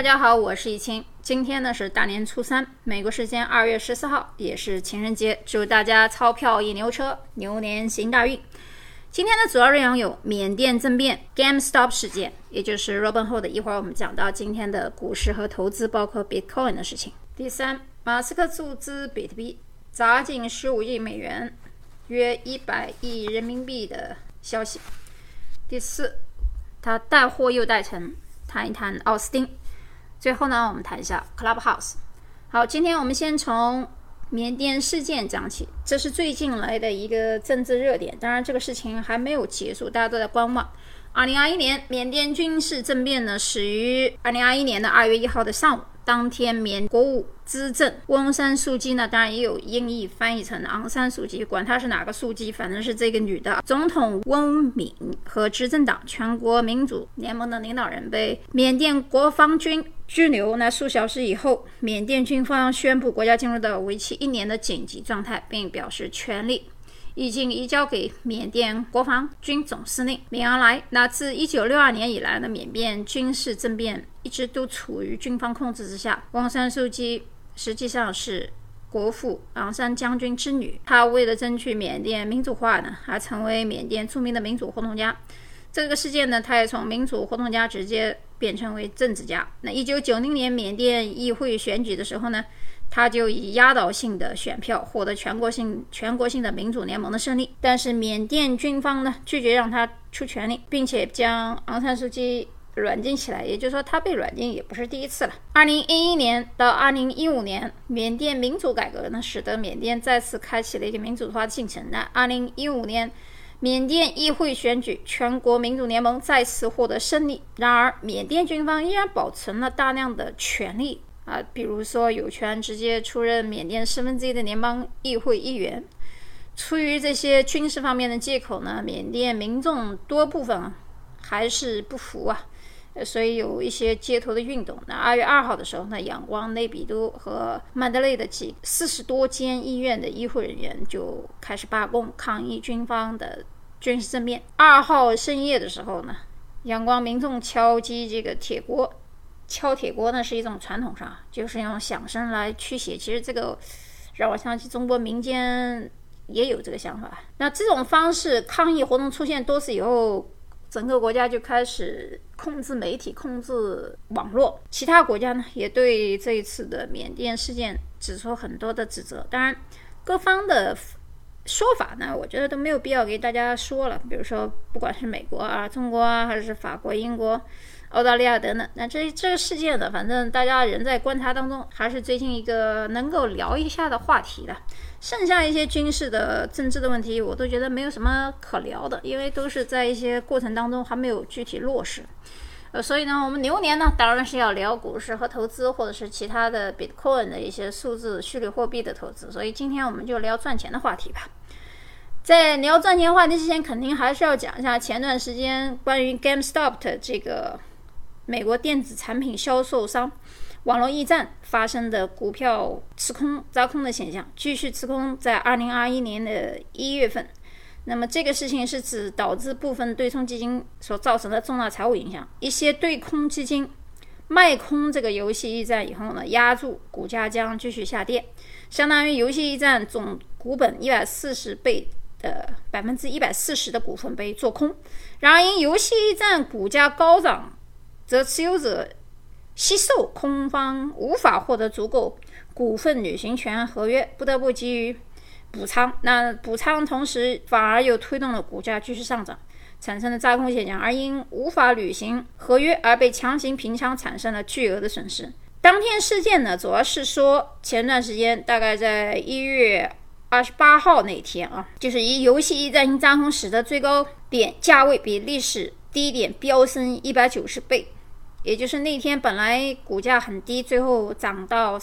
家好，我是易清。今天呢是大年初三，美国时间2月14号，也是情人节，祝大家钞票一牛车，牛年行大运。今天的主要内容有缅甸政变、GameStop 事件，也就是 Robinhood。一会儿我们讲到今天的股市和投资，包括 Bitcoin 的事情。第三，马斯克注资比特币，砸进15亿美元，约100亿人民币的消息。第四，他带货又带沉，谈一谈奥斯汀。最后呢，我们谈一下 Clubhouse。 好，今天我们先从缅甸事件讲起，这是最近来的一个政治热点，当然这个事情还没有结束，大家都在观望。2021年缅甸军事政变呢，始于2021年的2月1号的上午。当天缅国务资政翁山书记呢，当然也有音译翻译成昂山书记，管他是哪个书记，反正是这个女的。总统温敏和执政党全国民主联盟的领导人被缅甸国防军拘留。那数小时以后，缅甸军方宣布国家进入到为期1年的紧急状态，并表示权力已经移交给缅甸国防军总司令敏昂莱。那自1962年以来呢，缅甸军事政变一直都处于军方控制之下。翁山书记实际上是国父昂山将军之女，她为了争取缅甸民主化呢，还成为缅甸著名的民主活动家。这个事件呢，她也从民主活动家直接变成为政治家。那1990年缅甸议会选举的时候呢，他就以压倒性的选票获得全国性的民主联盟的胜利。但是缅甸军方呢，拒绝让他出权力，并且将昂山书记软禁起来，也就是说他被软禁也不是第一次了。2011年到2015年，缅甸民主改革呢，使得缅甸再次开启了一个民主化进程。那2015年缅甸议会选举，全国民主联盟再次获得胜利。然而缅甸军方依然保存了大量的权力比如说有权直接出任缅甸1/4的联邦议会议员。出于这些军事方面的借口呢，缅甸民众多部分还是不服所以有一些街头的运动。那2月2号的时候呢，仰光、内比都和曼德勒的40多间医院的医护人员就开始罢工，抗议军方的军事政变。2号深夜的时候呢，仰光民众敲击这个铁锅。敲铁锅呢是一种传统上，就是用响声来驱邪。其实这个让我想起中国民间也有这个想法。那这种方式抗议活动出现多次以后，整个国家就开始控制媒体、控制网络。其他国家呢，也对这一次的缅甸事件指出很多的指责。当然，各方的说法呢，我觉得都没有必要给大家说了。比如说，不管是美国中国还是法国、英国、澳大利亚等等，那这个事件呢，反正大家人在观察当中，还是最近一个能够聊一下的话题了。剩下一些军事的、政治的问题，我都觉得没有什么可聊的，因为都是在一些过程当中还没有具体落实。所以呢，我们牛年呢，当然是要聊股市和投资，或者是其他的 Bitcoin 的一些数字虚拟货币的投资。所以今天我们就聊赚钱的话题吧。在聊赚钱话题之前，肯定还是要讲一下前段时间关于 GameStop 的这个美国电子产品销售商网络驿站发生的股票吃空砸空的现象，继续吃空在2021年的1月份。那么这个事情是指导致部分对冲基金所造成的重大财务影响。一些对空基金卖空这个游戏驿站以后呢，压住股价将继续下跌，相当于游戏驿站总股本140倍的140%的股份被做空。然而因游戏驿站股价高涨，则持有者惜售，空方无法获得足够股份履行权合约，不得不给予补仓。那补仓同时反而又推动了股价继续上涨，产生了轧空现象。而因无法履行合约而被强行平仓，产生了巨额的损失。当天事件呢，主要是说前段时间大概在1月28号那天就是以游戏驿站型轧空使得最高点价位比历史低点飙升190倍，也就是那天本来股价很低，最后涨到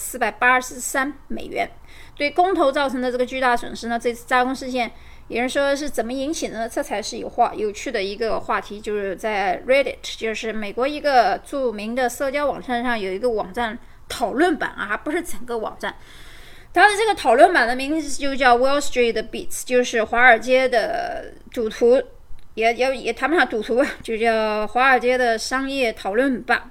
483美元，对公投造成的这个巨大损失呢，这次轧空事件有人说是怎么引起的呢？这才是有趣的一个话题。就是在 Reddit， 就是美国一个著名的社交网站上有一个网站讨论版还不是整个网站。它的这个讨论版的名字就叫 Wall Street Bets， 就是华尔街的赌徒，也谈不上赌徒，就叫华尔街的商业讨论版吧。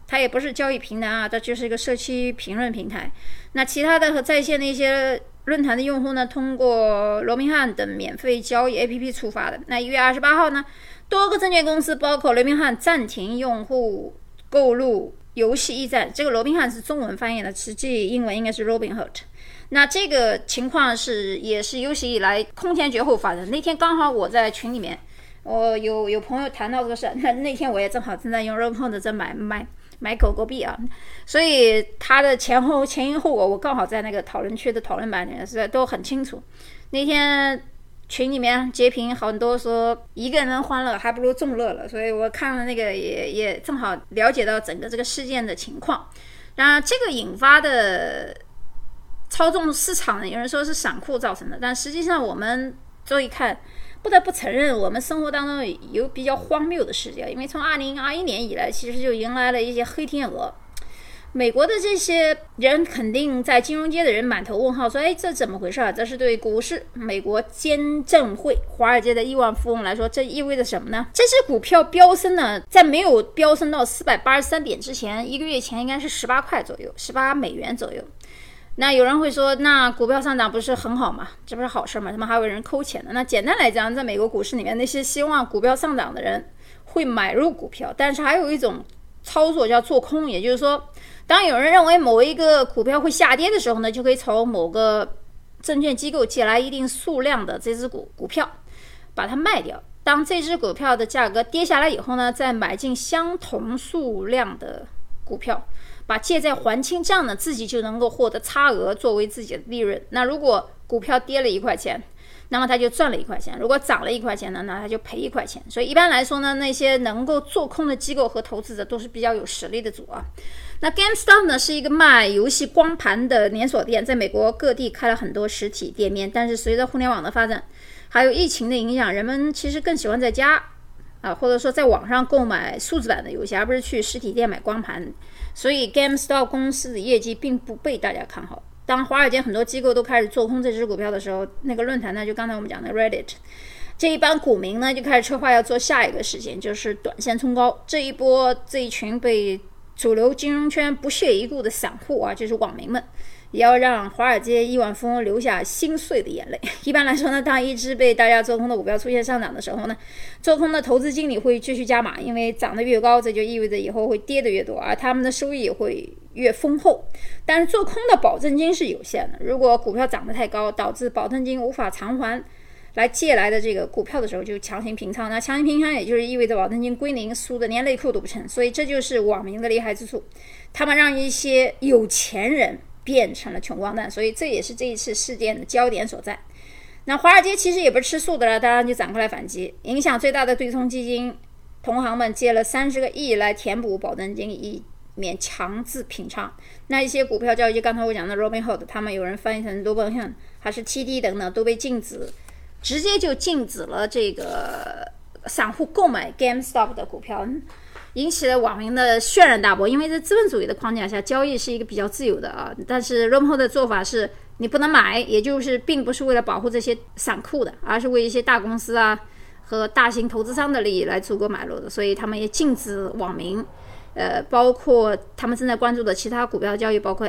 它也不是交易平台啊，它就是一个社区评论平台。那其他的和在线的一些论坛的用户呢，通过罗宾汉等免费交易 APP 触发的。那1月28号呢，多个证券公司包括罗宾汉暂停用户购入游戏驿站，这个罗宾汉是中文翻译的，实际英文应该是 Robinhood。那这个情况也是有史以来空前绝后发生。那天刚好我在群里面，我有朋友谈到这个事，那天我也正好正在用 Robinhood 在买狗狗币啊，所以它的前因后果我刚好在那个讨论区的讨论版里面是都很清楚。那天群里面截屏很多说一个人欢乐还不如众乐了，所以我看了那个也正好了解到整个这个事件的情况。然后这个引发的操纵市场呢，有人说是散户造成的，但实际上我们注意看，不得不承认我们生活当中有比较荒谬的事件。因为从2021年以来，其实就迎来了一些黑天鹅。美国的这些人肯定在金融界的人满头问号，说这怎么回事啊？这是对股市、美国监证会、华尔街的亿万富翁来说，这意味着什么呢？这只股票飙升呢，在没有飙升到483点之前，一个月前应该是18块左右，18美元左右。那有人会说，那股票上涨不是很好吗？这不是好事吗？他们还有人抠钱的。那简单来讲，在美国股市里面，那些希望股票上涨的人会买入股票，但是还有一种操作叫做空，也就是说，当有人认为某一个股票会下跌的时候呢，就可以从某个证券机构借来一定数量的这只股票，把它卖掉。当这只股票的价格跌下来以后呢，再买进相同数量的股票，把借债还清，这样呢自己就能够获得差额作为自己的利润。那如果股票跌了1块钱，那么他就赚了1块钱；如果涨了1块钱呢，那他就赔1块钱。所以一般来说呢，那些能够做空的机构和投资者都是比较有实力的主啊。那 GameStop 呢是一个卖游戏光盘的连锁店，在美国各地开了很多实体店面，但是随着互联网的发展，还有疫情的影响，人们其实更喜欢在家或者说在网上购买数字版的游戏，而不是去实体店买光盘。所以 GameStop 公司的业绩并不被大家看好。当华尔街很多机构都开始做空这只股票的时候，那个论坛呢，就刚才我们讲的 Reddit， 这一帮股民呢就开始策划要做下一个事情，就是短线冲高。这一群被主流金融圈不屑一顾的散户啊，就是网民们，也要让华尔街亿万富翁流下心碎的眼泪。一般来说呢，当一只被大家做空的股票出现上涨的时候呢，做空的投资经理会继续加码，因为涨得越高，这就意味着以后会跌得越多，而他们的收益也会越丰厚。但是做空的保证金是有限的，如果股票涨得太高，导致保证金无法偿还来借来的这个股票的时候，就强行平仓。那强行平仓也就是意味着保证金归零，输的连内裤都不成。所以这就是网民的厉害之处，他们让一些有钱人变成了穷光蛋，所以这也是这一次事件的焦点所在。那华尔街其实也不是吃素的了，当然就展开来反击。影响最大的对冲基金同行们借了30个亿来填补保证金，以免强制平仓。那一些股票交易，刚才我讲的 Robinhood， 他们有人翻译成 Robinhood 还是 TD 等等，都被禁止，直接就禁止了这个散户购买 GameStop 的股票，引起了网民的轩然大波。因为在资本主义的框架下，交易是一个比较自由的啊，但是 Robinhood 的做法是你不能买，也就是并不是为了保护这些散户的，而是为一些大公司啊和大型投资商的利益来足够买入的，所以他们也禁止网民包括他们正在关注的其他股票交易，包括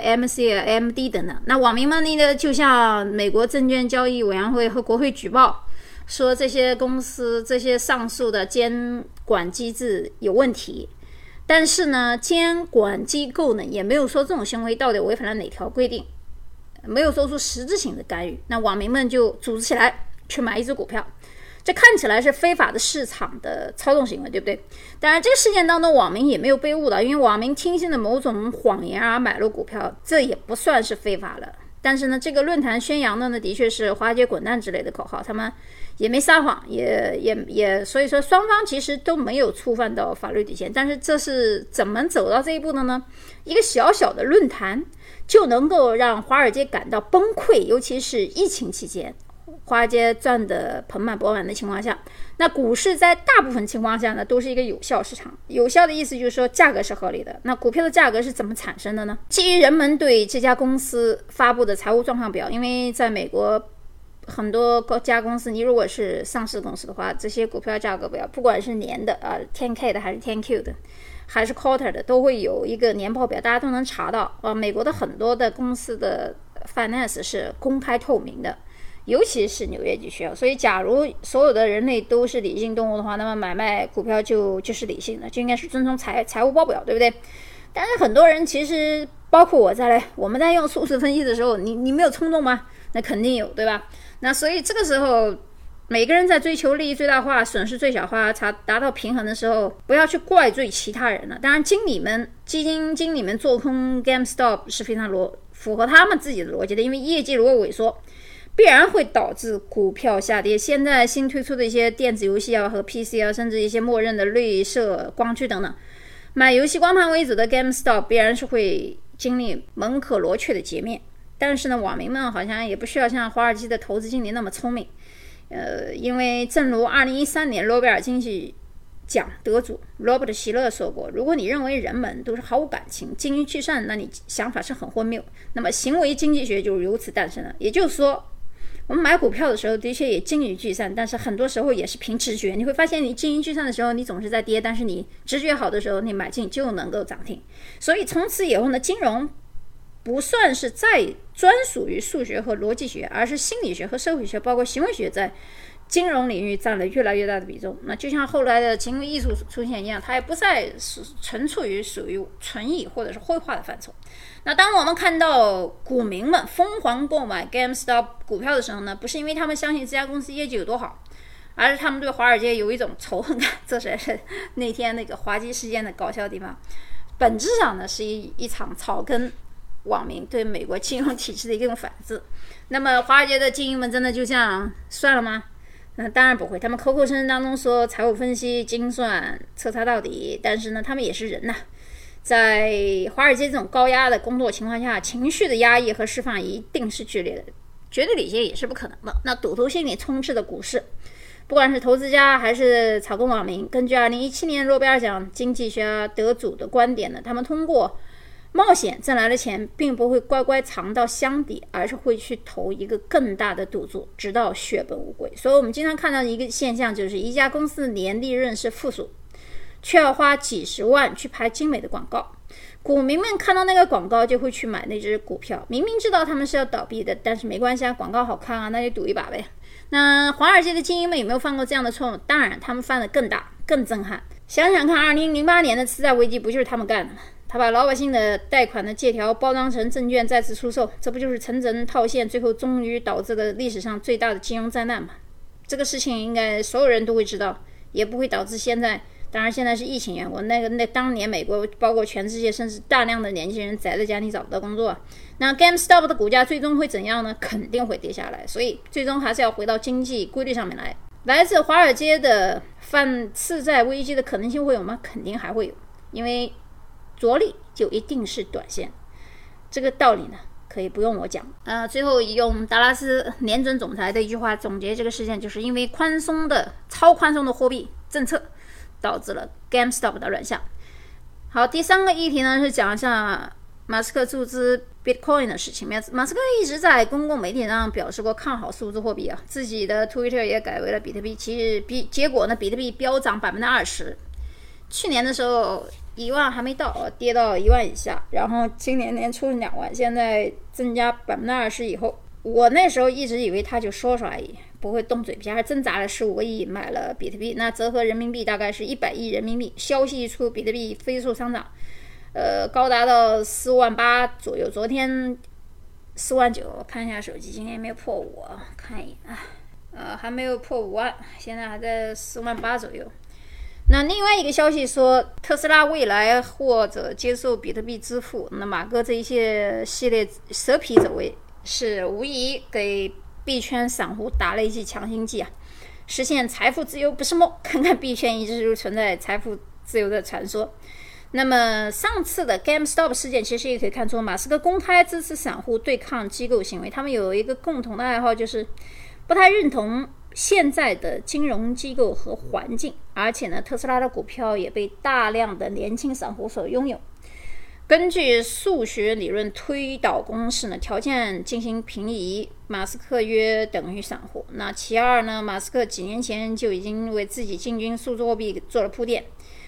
AMD 等等。那网民们呢，就向美国证券交易委员会和国会举报，说这些公司这些上述的监管机制有问题。但是呢，监管机构呢也没有说这种行为到底违反了哪条规定，没有做出实质性的干预。那网民们就组织起来去买一只股票，这看起来是非法的市场的操纵行为，对不对？当然这个事件当中网民也没有被误导，因为网民听信了某种谎言而买入股票，这也不算是非法了。但是呢，这个论坛宣扬的呢，的确是华尔街滚蛋之类的口号，他们也没撒谎，所以说双方其实都没有触犯到法律底线。但是这是怎么走到这一步的呢？一个小小的论坛就能够让华尔街感到崩溃，尤其是疫情期间，华尔街赚得盆满钵满的情况下，那股市在大部分情况下呢，都是一个有效市场。有效的意思就是说价格是合理的。那股票的价格是怎么产生的呢？基于人们对这家公司发布的财务状况表，因为在美国很多家公司，你如果是上市公司的话，这些股票价格表不管是年的10K 的还是10Q 的， 还是 quarter 的，都会有一个年报表，大家都能查到。美国的很多的公司的 finance 是公开透明的，尤其是纽约地区。所以假如所有的人类都是理性动物的话，那么买卖股票就是理性的，就应该是遵从财务报表，对不对？但是很多人其实包括我在内，我们在用数字分析的时候，你没有冲动吗？那肯定有，对吧？那所以这个时候每个人在追求利益最大化、损失最小化才达到平衡的时候，不要去怪罪其他人了。当然基金经理们做空 GameStop 是非常符合他们自己的逻辑的，因为业绩如果萎缩必然会导致股票下跌。现在新推出的一些电子游戏和 PC 甚至一些默认的绿色光驱等等，买游戏光盘为主的 GameStop 必然是会经历门可罗雀的截面。但是呢，网民们好像也不需要像华尔街的投资经理那么聪明，因为正如2013年诺贝尔经济奖得主罗伯特希勒说过，如果你认为人们都是毫无感情、精于聚散，那你想法是很荒谬。那么行为经济学就如此诞生了。也就是说，我们买股票的时候的确也精于聚散，但是很多时候也是凭直觉。你会发现你精于聚散的时候你总是在跌，但是你直觉好的时候你买进就能够涨停。所以从此以后呢，金融不算是再专属于数学和逻辑学，而是心理学和社会学包括行为学在金融领域占了越来越大的比重。那就像后来的行为艺术出现一样，它也不再纯属于属于纯艺或者是绘画的范畴。那当我们看到股民们疯狂购买 GameStop 股票的时候呢，不是因为他们相信这家公司业绩有多好，而是他们对华尔街有一种仇恨感。这才是那天那个滑稽事件的搞笑的地方。本质上呢，是一场草根网民对美国金融体制的一种反制。那么华尔街的精英们真的就这样算了吗？当然不会，他们口口声声当中说财务分析、精算、彻查到底，但是呢，他们也是人呐。在华尔街这种高压的工作情况下，情绪的压抑和释放一定是剧烈的，绝对理性也是不可能的。那赌徒心理充斥的股市，不管是投资家还是草根网民，根据2017年诺贝尔奖经济学得主的观点呢，他们通过冒险挣来的钱并不会乖乖藏到箱底，而是会去投一个更大的赌注，直到血本无归。所以我们经常看到一个现象，就是一家公司的年利润是负数，却要花几十万去拍精美的广告。股民们看到那个广告就会去买那只股票，明明知道他们是要倒闭的，但是没关系广告好看那就赌一把呗。那华尔街的精英们有没有犯过这样的错误？当然，他们犯得更大更震撼。想想看，2008年的次贷危机不就是他们干的吗？他把老百姓的贷款的借条包装成证券再次出售，这不就是层层套现，最后终于导致了历史上最大的金融灾难吗？这个事情应该所有人都会知道，也不会导致现在，当然现在是疫情缘故，那当年美国包括全世界甚至大量的年轻人宅在家里找不到工作。那 GameStop 的股价最终会怎样呢？肯定会跌下来，所以最终还是要回到经济规律上面来。来自华尔街的犯次贷危机的可能性会有吗？肯定还会有，因为着力就一定是短线，这个道理呢可以不用我讲。最后用达拉斯联准总裁的一句话总结这个事件，就是因为超宽松的货币政策导致了 GameStop 的乱象。好，第三个议题呢是讲一下马斯克注资 Bitcoin 的事情。马斯克一直在公共媒体上表示过看好数字货币自己的 Twitter 也改为了比特币。其实结果呢，比特币飙涨 20%， 去年的时候1万还没到，跌到1万以下，然后今年年初2万，现在增加 20% 以后，我那时候一直以为他就说说而已，不会动嘴皮，还挣扎了15个亿买了比特币，那折合人民币大概是100亿人民币。消息一出，比特币飞速上涨，高达到4万8左右，昨天4万9，我看一下手机，今天没有破5，看一眼还没有破5万，现在还在4万8左右。那另外一个消息说，特斯拉未来或者接受比特币支付，那马哥这一系列蛇皮走位是无疑给币圈散户打了一剂强心剂实现财富自由不是梦，看看币圈一直就存在财富自由的传说。那么上次的 GameStop 事件其实也可以看出，马斯克公开支持散户对抗机构行为，他们有一个共同的爱好，就是不太认同现在的金融机构和环境，而且呢，特斯拉的股票也被大量的年轻散户所拥有。根据数学理论推导公式呢，条件进行平移，马斯克约等于散户。那其二呢，马斯克几年前就已经为自己进军数字货币做了铺垫。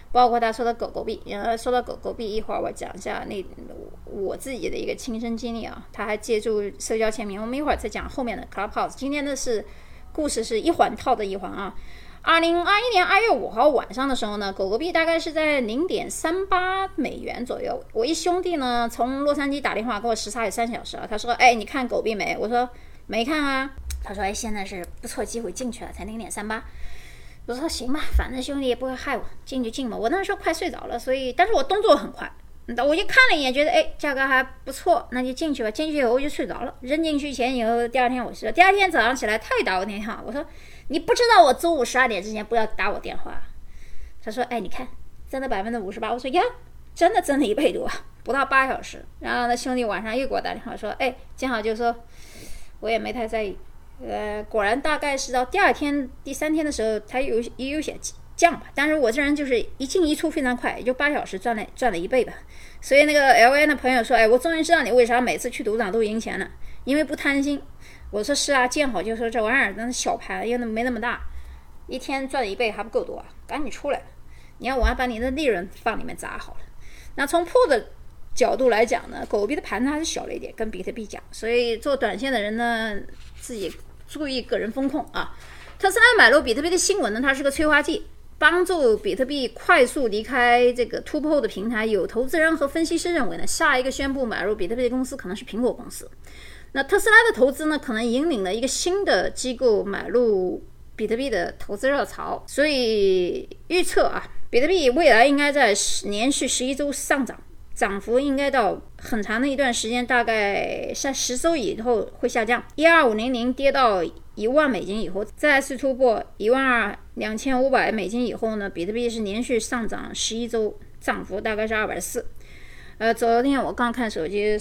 包括他说的狗狗币。说到狗狗币，一会儿我讲一下我自己的一个亲身经历啊。他还借助社交签名，我们一会儿再讲后面的 Clubhouse。今天的故事是一环套的一环啊。2021年2月5号晚上的时候呢，狗狗币大概是在0.38美元左右。我一兄弟呢从洛杉矶打电话给我，时差有3小时啊。他说：“哎，你看狗币没？”我说：“没看啊。”他说：“哎，现在是不错机会进去了，才0.38。”我说：“行吧，反正兄弟也不会害我，进就进吧。”我那时候快睡着了，但是我动作很快。我就看了一眼，觉得哎价格还不错，那就进去吧。进去以后我就睡着了，扔进去前以后，第二天早上起来他也打我电话，我说你不知道我中午12点之前不要打我电话。他说哎你看真的58%，我说呀真的增了1倍多，不到8小时。然后那兄弟晚上又给我打电话说哎正好就说我也没太在意，果然大概是到第2天第3天的时候他也有些降吧，但是我这人就是一进一出非常快，也就8小时赚了1倍吧。所以那个 LN 的朋友说，哎，我终于知道你为啥每次去赌场都赢钱了，因为不贪心。我说是啊，见好就收，这玩意儿那小盘又没那么大，一天赚1倍还不够多，赶紧出来。你要我还把你的利润放里面砸好了。那从破的角度来讲呢，狗币的盘子还是小了一点，跟比特币讲，所以做短线的人呢，自己注意个人风控啊。特斯拉买入比特币的新闻呢，它是个催化剂，帮助比特币快速离开这个突破后的平台。有投资人和分析师认为呢，下一个宣布买入比特币的公司可能是苹果公司。那特斯拉的投资呢，可能引领了一个新的机构买入比特币的投资热潮。所以预测啊，比特币未来应该在连续11周上涨，涨幅应该到很长的一段时间，大概在10周以后会下降。12500跌到$10,000以后，再次突破$12,2500以后呢，比特币是连续上涨11周，涨幅大概是240。昨天我刚看手机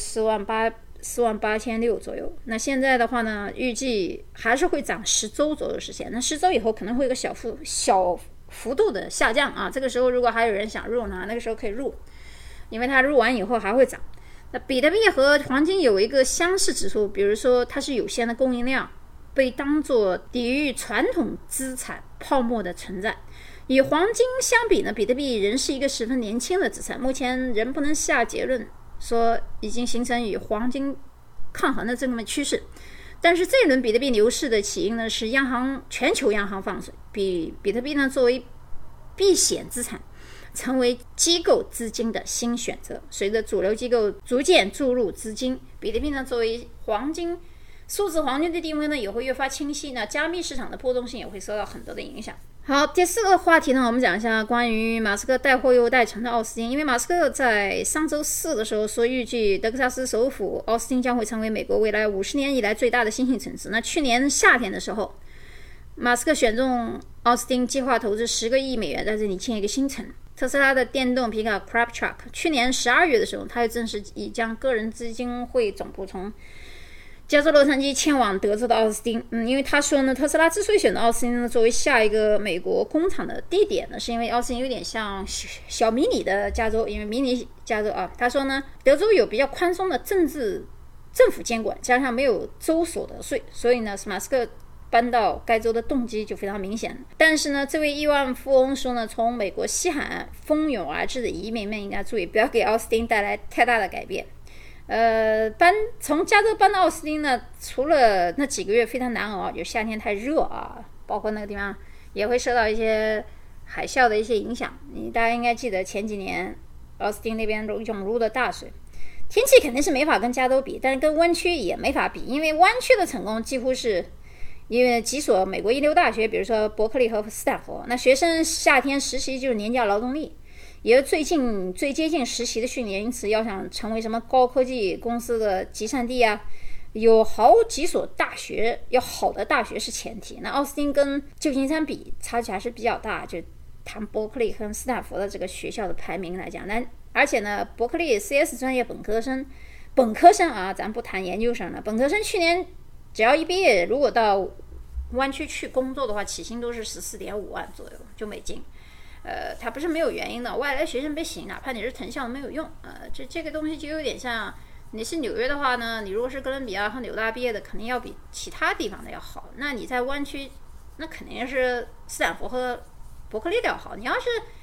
48600左右。那现在的话呢，预计还是会涨10周左右时间。那10周以后可能会有个小幅度的下降啊。这个时候如果还有人想入呢，那个时候可以入，因为它入完以后还会涨。那比特币和黄金有一个相似指数，比如说它是有限的供应量，被当作抵御传统资产泡沫的存在。与黄金相比呢，比特币仍是一个十分年轻的资产，目前仍不能下结论说已经形成与黄金抗衡的这么趋势。但是这一轮比特币牛市的起因呢，是全球央行放水，比特币呢作为避险资产成为机构资金的新选择。随着主流机构逐渐注入资金，比特币呢作为数字黄金的地位呢也会越发清晰，那加密市场的波动性也会受到很多的影响。好，第4个话题呢，我们讲一下关于马斯克带货又带沉的奥斯汀。因为马斯克在上周4的时候说，预计德克萨斯首府奥斯汀将会成为美国未来50年以来最大的新兴城市。那去年夏天的时候，马斯克选中奥斯汀，计划投资10个亿美元在这里建一个新城。特斯拉的电动皮卡 Crabtruck 去年12月的时候，他又正式已将个人基金会总部从加州洛杉矶迁往德州的奥斯汀。因为他说呢，特斯拉之所以选择奥斯汀呢作为下一个美国工厂的地点呢，是因为奥斯汀有点像小迷你的加州，因为迷你加州啊，他说呢，德州有比较宽松的政府监管，加上没有州所得税，所以呢，马斯克搬到该州的动机就非常明显。但是呢，这位亿万富翁说呢，从美国西海岸蜂拥而至的移民们应该注意，不要给奥斯汀带来太大的改变。从加州搬到奥斯汀呢，除了那几个月非常难熬，就夏天太热啊，包括那个地方也会受到一些海啸的一些影响。大家应该记得前几年奥斯汀那边涌入的大水，天气肯定是没法跟加州比，但是跟湾区也没法比，因为湾区的成功几乎是因为几所美国一流大学，比如说伯克利和斯坦福，那学生夏天实习就是廉价劳动力，也最接近实习的训练，因此要想成为什么高科技公司的集散地啊，有好几所大学，要好的大学是前提。那奥斯汀跟旧金山比差距还是比较大，就谈伯克利和斯坦福的这个学校的排名来讲，而且呢，伯克利 CS 专业本科生啊，咱不谈研究生了，本科生去年只要一毕业，如果到湾区去工作的话，起薪都是14.5万左右，就美金。它不是没有原因的，外来学生不行，哪怕你是藤校没有用。这个东西就有点像，你是纽约的话呢，你如果是哥伦比亚和纽大毕业的，肯定要比其他地方的要好。那你在湾区，那肯定是斯坦福和伯克利的要好。你要是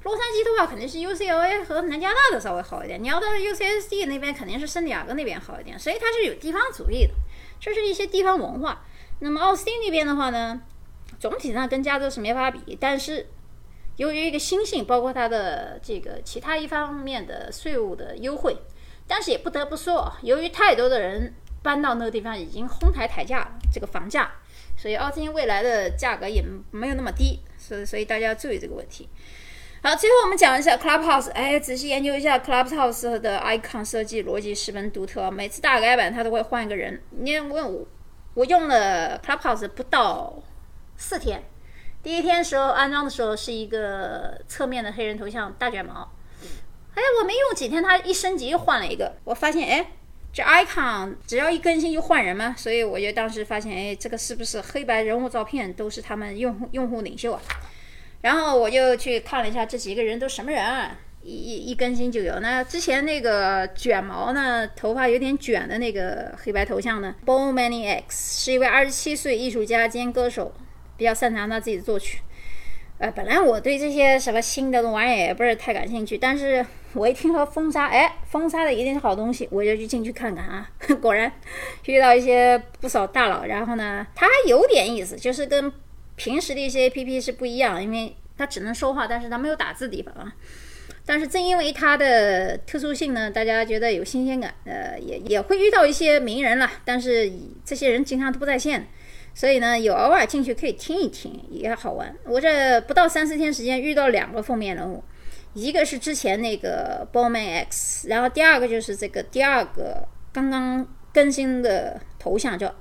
洛杉矶的话肯定是 UCLA 和南加大的稍微好一点，你要到 UCSD 那边肯定是圣地亚哥那边好一点，所以它是有地方主义的，这是一些地方文化。那么奥斯汀那边的话呢，总体上跟加州是没法比，但是由于一个新兴，包括它的这个其他一方面的税务的优惠，但是也不得不说，由于太多的人搬到那个地方，已经哄抬价了这个房价，所以奥斯汀未来的价格也没有那么低，所以大家要注意这个问题。好，最后我们讲一下 Clubhouse， 仔细研究一下 Clubhouse 的 icon 设计逻辑十分独特，每次大改版它都会换一个人。我用了 Clubhouse 不到4天，第一天时候安装的时候是一个侧面的黑人头像大卷毛，我没用几天它一升级又换了一个，我发现这 icon 只要一更新就换人嘛，所以我就当时发现这个是不是黑白人物照片都是他们用户领袖啊？然后我就去看了一下这几个人都什么人啊，一更新就有。那之前那个卷毛呢，头发有点卷的那个黑白头像呢 Bo Manning X 是一位27岁艺术家兼歌手，比较擅长他自己的作曲。本来我对这些什么新的玩意也不是太感兴趣，但是我一听说封杀，封杀的一定是好东西，我就去进去看看啊。果然遇到一些不少大佬，然后呢，他还有点意思，就是跟平时的一些 APP 是不一样，因为它只能说话，但是它没有打字地方啊。但是正因为它的特殊性呢，大家觉得有新鲜感，也会遇到一些名人了，但是这些人经常都不在线，所以呢，有偶尔进去可以听一听，也好玩。我这不到3-4天时间遇到2个封面人物，一个是之前那个 Bowman X， 然后第二个就是这个第二个刚刚更新的头像叫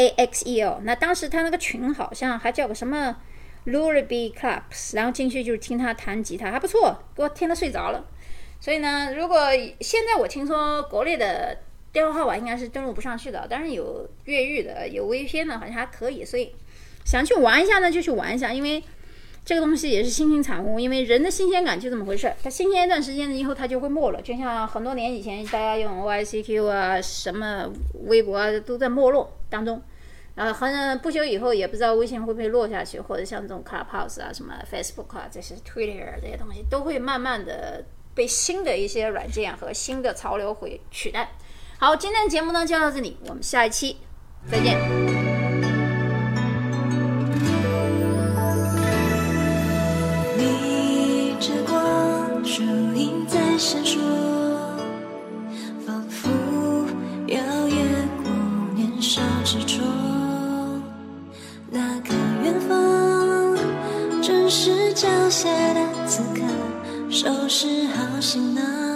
AXEL， 那当时他那个群好像还叫个什么 Lullaby Clubs， 然后进去就是听他弹吉他，还不错，给我听得睡着了。所以呢，如果现在我听说国内的电话号码应该是登录不上去的，但是有越狱的，有 VPN 的，好像还可以，所以想去玩一下呢就去玩一下，因为这个东西也是新兴产物，因为人的新鲜感就这么回事，它新鲜一段时间以后它就会没了，就像很多年以前大家用 OICQ 啊，什么微博啊都在没落当中，很不久以后也不知道微信会不会落下去，或者像这种 Clubhouse 啊，什么 Facebook 啊，这些 Twitter 这些东西都会慢慢的被新的一些软件和新的潮流会取代。好，今天的节目呢就到这里，我们下一期再见。 逆着光，树影在闪烁，仿佛要越过年少执着。那个远方，正是脚下的此刻，收拾好行囊。